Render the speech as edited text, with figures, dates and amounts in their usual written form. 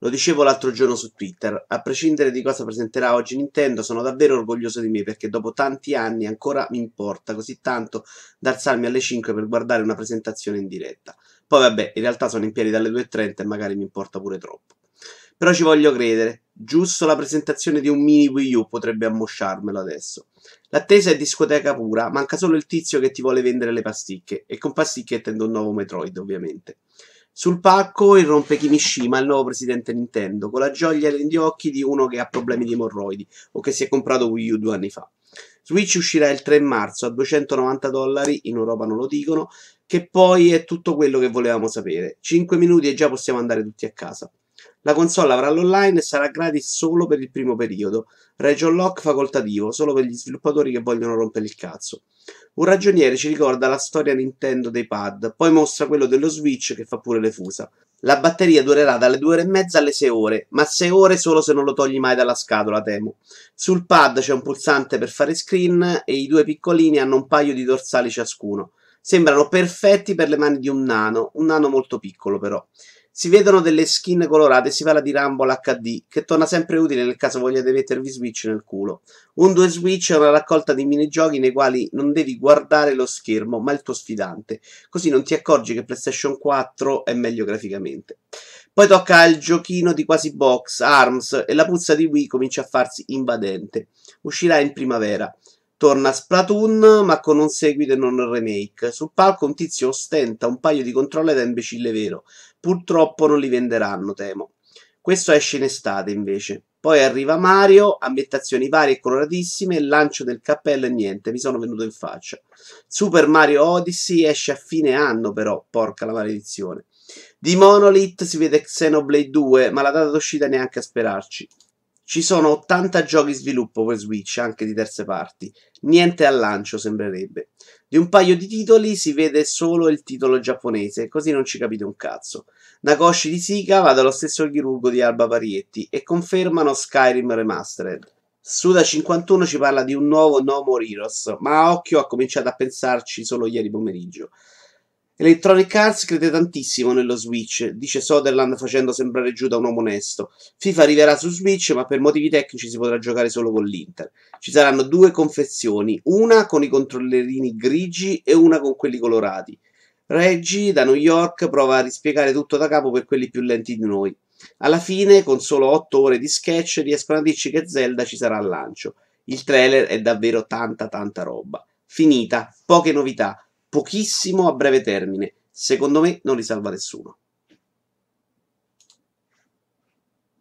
Lo dicevo l'altro giorno su Twitter, a prescindere di cosa presenterà oggi Nintendo, sono davvero orgoglioso di me perché dopo tanti anni ancora mi importa così tanto da alzarmi alle 5 per guardare una presentazione in diretta. Poi vabbè, in realtà sono in piedi dalle 2:30 e magari mi importa pure troppo. Però ci voglio credere, giusto la presentazione di un mini Wii U potrebbe ammosciarmelo adesso. L'attesa è discoteca pura, manca solo il tizio che ti vuole vendere le pasticche, e con pasticche intendo un nuovo Metroid, ovviamente. Sul palco irrompe Kimishima, il nuovo presidente Nintendo, con la gioia negli occhi di uno che ha problemi di emorroidi o che si è comprato Wii U 2 anni fa. Switch uscirà il 3 marzo a $290, in Europa non lo dicono, che poi è tutto quello che volevamo sapere. 5 minuti e già possiamo andare tutti a casa. La console avrà l'online e sarà gratis solo per il primo periodo. Region Lock facoltativo, solo per gli sviluppatori che vogliono rompere il cazzo. Un ragioniere ci ricorda la storia Nintendo dei pad, poi mostra quello dello Switch che fa pure le fusa. La batteria durerà dalle 2 ore e mezza alle 6 ore, ma 6 ore solo se non lo togli mai dalla scatola, temo. Sul pad c'è un pulsante per fare screen e i due piccolini hanno un paio di dorsali ciascuno. Sembrano perfetti per le mani di un nano molto piccolo però. Si vedono delle skin colorate e si parla di Rumble HD, che torna sempre utile nel caso vogliate mettervi Switch nel culo. Un 2 Switch è una raccolta di minigiochi nei quali non devi guardare lo schermo, ma il tuo sfidante. Così non ti accorgi che PlayStation 4 è meglio graficamente. Poi tocca il giochino di quasi box, ARMS, e la puzza di Wii comincia a farsi invadente. Uscirà in primavera. Torna Splatoon, ma con un seguito e non un remake. Sul palco un tizio ostenta un paio di controller da imbecille vero. Purtroppo non li venderanno, temo. Questo esce in estate, invece. Poi arriva Mario, ambientazioni varie e coloratissime, il lancio del cappello e niente, mi sono venuto in faccia. Super Mario Odyssey esce a fine anno, però, porca la maledizione. Di Monolith si vede Xenoblade 2, ma la data d'uscita neanche a sperarci. Ci sono 80 giochi in sviluppo per Switch, anche di terze parti. Niente al lancio, sembrerebbe. Di un paio di titoli si vede solo il titolo giapponese, così non ci capite un cazzo. Nakoshi di Sika va dallo stesso chirurgo di Alba Parietti e confermano Skyrim Remastered. Suda51 ci parla di un nuovo No More Heroes, ma a occhio ha cominciato a pensarci solo ieri pomeriggio. Electronic Arts crede tantissimo nello Switch, dice Soderland facendo sembrare Giuda un uomo onesto. FIFA arriverà su Switch, ma per motivi tecnici si potrà giocare solo con l'Inter. Ci saranno due confezioni, una con i controllerini grigi e una con quelli colorati. Reggie, da New York, prova a rispiegare tutto da capo per quelli più lenti di noi. Alla fine, con solo 8 ore di sketch, riescono a dirci che Zelda ci sarà al lancio. Il trailer è davvero tanta roba. Finita, poche novità. Pochissimo a breve termine. Secondo me non risalva nessuno.